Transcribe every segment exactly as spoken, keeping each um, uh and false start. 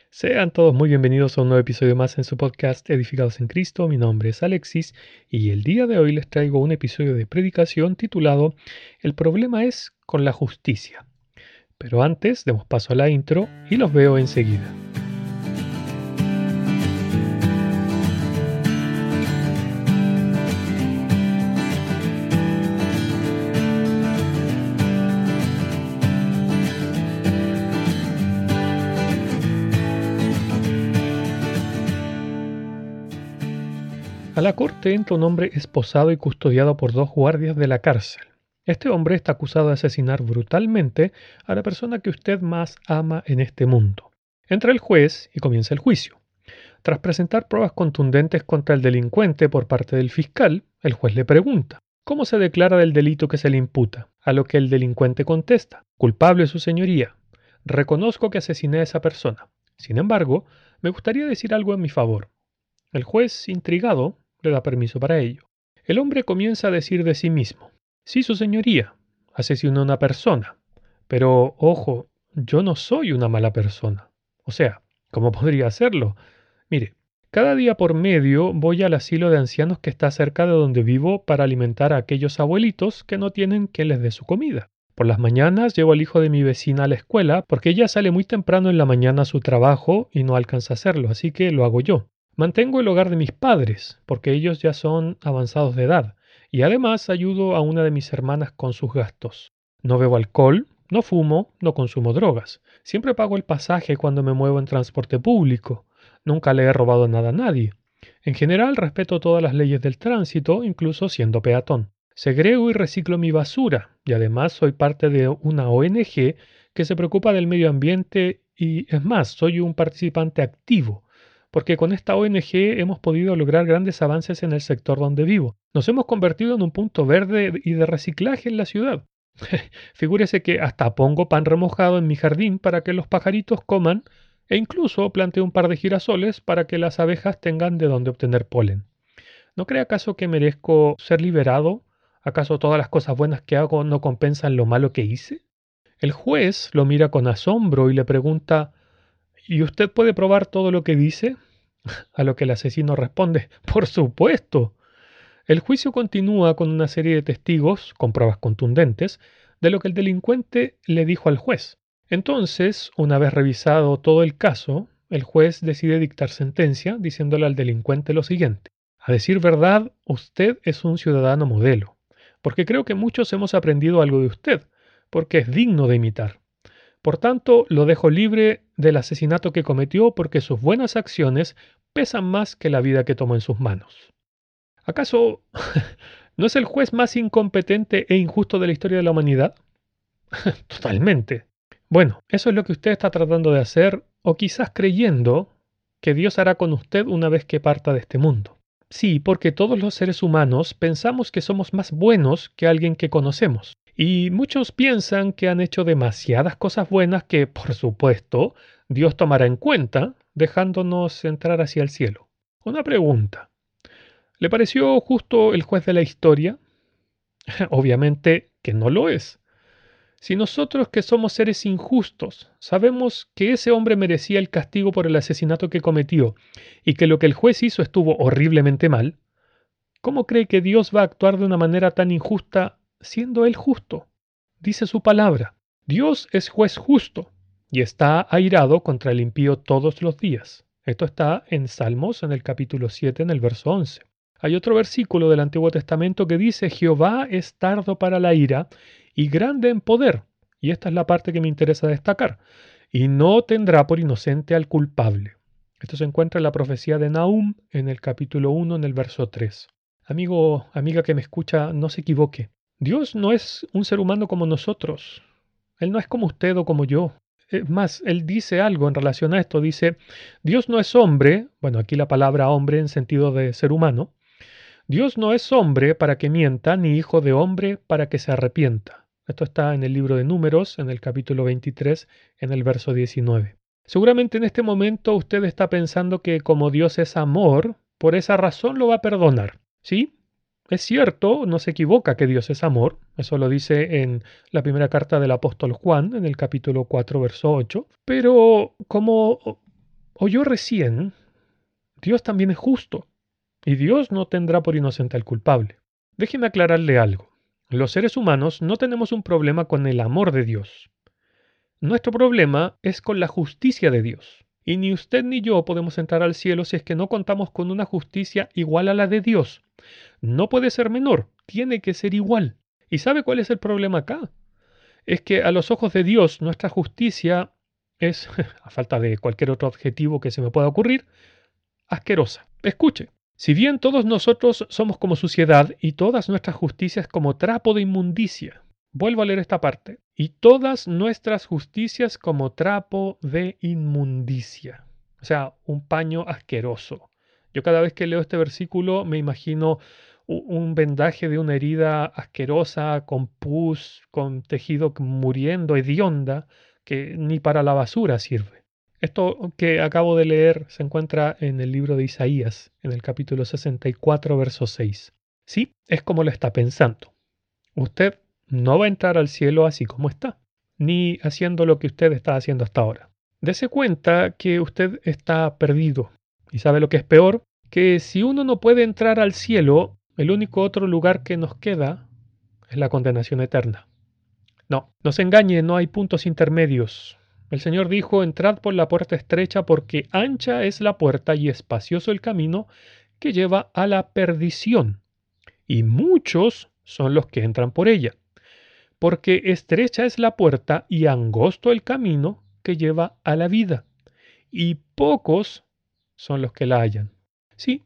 Sean todos muy bienvenidos a un nuevo episodio más en su podcast Edificados en Cristo. Mi nombre es Alexis y el día de hoy les traigo un episodio de predicación titulado El problema es con la justicia. Pero antes demos paso a la intro y los veo enseguida. A la corte entra un hombre esposado y custodiado por dos guardias de la cárcel. Este hombre está acusado de asesinar brutalmente a la persona que usted más ama en este mundo. Entra el juez y comienza el juicio. Tras presentar pruebas contundentes contra el delincuente por parte del fiscal, el juez le pregunta, ¿cómo se declara del delito que se le imputa? A lo que el delincuente contesta, culpable su señoría. Reconozco que asesiné a esa persona. Sin embargo, me gustaría decir algo en mi favor. El juez, intrigado, le da permiso para ello. El hombre comienza a decir de sí mismo, sí, su señoría, asesinó a una persona, pero, ojo, yo no soy una mala persona. O sea, ¿cómo podría hacerlo? Mire, cada día por medio voy al asilo de ancianos que está cerca de donde vivo para alimentar a aquellos abuelitos que no tienen quien les dé su comida. Por las mañanas llevo al hijo de mi vecina a la escuela porque ella sale muy temprano en la mañana a su trabajo y no alcanza a hacerlo, así que lo hago yo. Mantengo el hogar de mis padres, porque ellos ya son avanzados de edad, y además ayudo a una de mis hermanas con sus gastos. No bebo alcohol, no fumo, no consumo drogas. Siempre pago el pasaje cuando me muevo en transporte público. Nunca le he robado nada a nadie. En general respeto todas las leyes del tránsito, incluso siendo peatón. Segrego y reciclo mi basura, y además soy parte de una O N G que se preocupa del medio ambiente y, es más, soy un participante activo. Porque con esta O N G hemos podido lograr grandes avances en el sector donde vivo. Nos hemos convertido en un punto verde y de reciclaje en la ciudad. Figúrese que hasta pongo pan remojado en mi jardín para que los pajaritos coman e incluso planteo un par de girasoles para que las abejas tengan de dónde obtener polen. ¿No cree acaso que merezco ser liberado? ¿Acaso todas las cosas buenas que hago no compensan lo malo que hice? El juez lo mira con asombro y le pregunta, ¿y usted puede probar todo lo que dice? A lo que el asesino responde, por supuesto. El juicio continúa con una serie de testigos, con pruebas contundentes, de lo que el delincuente le dijo al juez. Entonces, una vez revisado todo el caso, el juez decide dictar sentencia diciéndole al delincuente lo siguiente. A decir verdad, usted es un ciudadano modelo, porque creo que muchos hemos aprendido algo de usted, porque es digno de imitar. Por tanto, lo dejo libre del asesinato que cometió porque sus buenas acciones pesan más que la vida que tomó en sus manos. ¿Acaso no es el juez más incompetente e injusto de la historia de la humanidad? Totalmente. Bueno, eso es lo que usted está tratando de hacer, o quizás creyendo que Dios hará con usted una vez que parta de este mundo. Sí, porque todos los seres humanos pensamos que somos más buenos que alguien que conocemos. Y muchos piensan que han hecho demasiadas cosas buenas que, por supuesto, Dios tomará en cuenta, dejándonos entrar hacia el cielo. Una pregunta. ¿Le pareció justo el juez de la historia? Obviamente que no lo es. Si nosotros que somos seres injustos sabemos que ese hombre merecía el castigo por el asesinato que cometió y que lo que el juez hizo estuvo horriblemente mal, ¿cómo cree que Dios va a actuar de una manera tan injusta siendo Él justo? Dice su palabra, Dios es juez justo y está airado contra el impío todos los días. Esto está en Salmos, en el capítulo siete, en el verso once. Hay otro versículo del Antiguo Testamento que dice, Jehová es tardo para la ira y grande en poder. Y esta es la parte que me interesa destacar. Y no tendrá por inocente al culpable. Esto se encuentra en la profecía de Nahum, en el capítulo uno, en el verso tres. Amigo, amiga que me escucha, no se equivoque. Dios no es un ser humano como nosotros. Él no es como usted o como yo. Es más, Él dice algo en relación a esto. Dice, Dios no es hombre, bueno, aquí la palabra hombre en sentido de ser humano. Dios no es hombre para que mienta, ni hijo de hombre para que se arrepienta. Esto está en el libro de Números, en el capítulo veintitrés, en el verso diecinueve. Seguramente en este momento usted está pensando que como Dios es amor, por esa razón lo va a perdonar. ¿Sí? Es cierto, no se equivoca que Dios es amor. Eso lo dice en la primera carta del apóstol Juan, en el capítulo cuatro, verso ocho. Pero como oyó recién, Dios también es justo, y Dios no tendrá por inocente al culpable. Déjeme aclararle algo. Los seres humanos no tenemos un problema con el amor de Dios. Nuestro problema es con la justicia de Dios. Y ni usted ni yo podemos entrar al cielo si es que no contamos con una justicia igual a la de Dios. No puede ser menor, tiene que ser igual. ¿Y sabe cuál es el problema acá? Es que a los ojos de Dios nuestra justicia es, a falta de cualquier otro adjetivo que se me pueda ocurrir, asquerosa. Escuche, si bien todos nosotros somos como suciedad y todas nuestras justicias como trapo de inmundicia, vuelvo a leer esta parte, y todas nuestras justicias como trapo de inmundicia, o sea, un paño asqueroso. Yo cada vez que leo este versículo me imagino u- un vendaje de una herida asquerosa, con pus, con tejido muriendo, hedionda, que ni para la basura sirve. Esto que acabo de leer se encuentra en el libro de Isaías, en el capítulo sesenta y cuatro, verso seis. Sí, es como lo está pensando. Usted no va a entrar al cielo así como está, ni haciendo lo que usted está haciendo hasta ahora. Dese cuenta que usted está perdido. ¿Y sabe lo que es peor? Que si uno no puede entrar al cielo, el único otro lugar que nos queda es la condenación eterna. No, no se engañe, no hay puntos intermedios. El Señor dijo, entrad por la puerta estrecha porque ancha es la puerta y espacioso el camino que lleva a la perdición, y muchos son los que entran por ella, porque estrecha es la puerta y angosto el camino que lleva a la vida, y pocos son los que la hallan. Sí,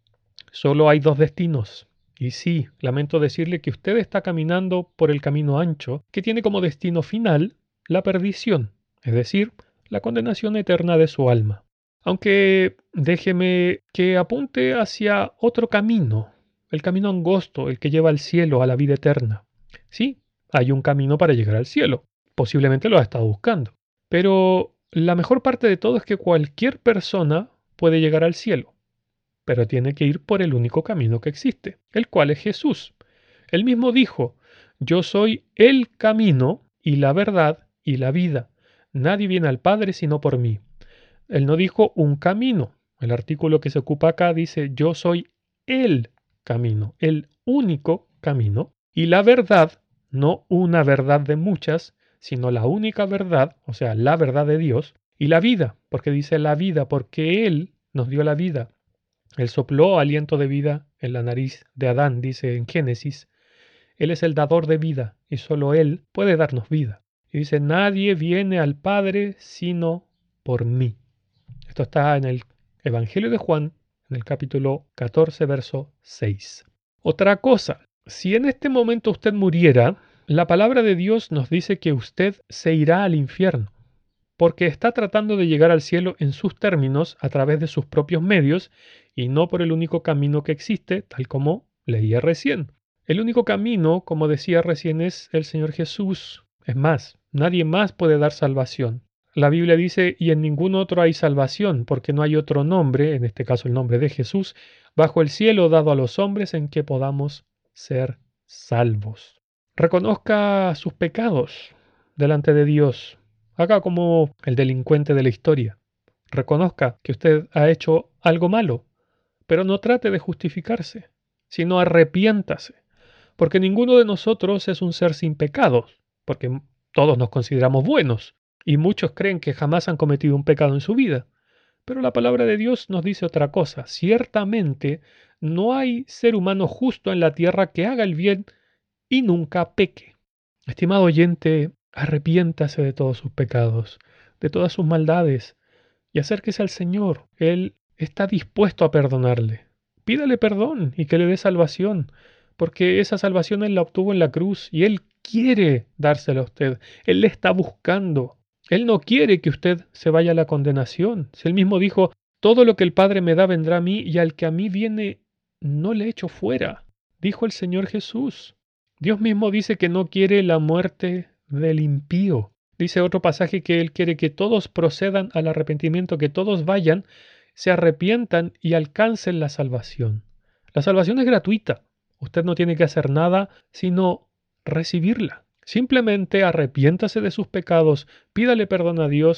solo hay dos destinos. Y sí, lamento decirle que usted está caminando por el camino ancho, que tiene como destino final la perdición, es decir, la condenación eterna de su alma. Aunque déjeme que apunte hacia otro camino, el camino angosto, el que lleva al cielo, a la vida eterna. Sí, hay un camino para llegar al cielo. Posiblemente lo ha estado buscando. Pero la mejor parte de todo es que cualquier persona puede llegar al cielo, pero tiene que ir por el único camino que existe, el cual es Jesús. Él mismo dijo, yo soy el camino y la verdad y la vida. Nadie viene al Padre sino por mí. Él no dijo un camino. El artículo que se ocupa acá dice yo soy el camino, el único camino. Y la verdad, no una verdad de muchas, sino la única verdad, o sea, la verdad de Dios. Y la vida, porque dice la vida, porque Él nos dio la vida. Él sopló aliento de vida en la nariz de Adán, dice en Génesis. Él es el dador de vida y solo Él puede darnos vida. Y dice, nadie viene al Padre sino por mí. Esto está en el Evangelio de Juan, en el capítulo catorce, verso seis. Otra cosa, si en este momento usted muriera, la palabra de Dios nos dice que usted se irá al infierno, porque está tratando de llegar al cielo en sus términos a través de sus propios medios y no por el único camino que existe, tal como leía recién. El único camino, como decía recién, es el Señor Jesús. Es más, nadie más puede dar salvación. La Biblia dice, y en ningún otro hay salvación, porque no hay otro nombre, en este caso el nombre de Jesús, bajo el cielo dado a los hombres en que podamos ser salvos. Reconozca sus pecados delante de Dios. Haga como el delincuente de la historia. Reconozca que usted ha hecho algo malo, pero no trate de justificarse, sino arrepiéntase, porque ninguno de nosotros es un ser sin pecados, porque todos nos consideramos buenos, y muchos creen que jamás han cometido un pecado en su vida. Pero la palabra de Dios nos dice otra cosa. Ciertamente no hay ser humano justo en la tierra que haga el bien y nunca peque. Estimado oyente, arrepiéntase de todos sus pecados, de todas sus maldades, y acérquese al Señor. Él está dispuesto a perdonarle. Pídale perdón y que le dé salvación, porque esa salvación Él la obtuvo en la cruz y Él quiere dársela a usted. Él le está buscando. Él no quiere que usted se vaya a la condenación. Si Él mismo dijo, todo lo que el Padre me da vendrá a mí y al que a mí viene no le echo fuera, dijo el Señor Jesús. Dios mismo dice que no quiere la muerte del impío. Dice otro pasaje que Él quiere que todos procedan al arrepentimiento, que todos vayan, se arrepientan y alcancen la salvación. La salvación es gratuita. Usted no tiene que hacer nada sino recibirla. Simplemente arrepiéntase de sus pecados, pídale perdón a Dios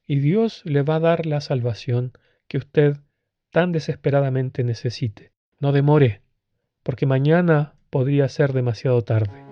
y Dios le va a dar la salvación que usted tan desesperadamente necesite. No demore, porque mañana podría ser demasiado tarde.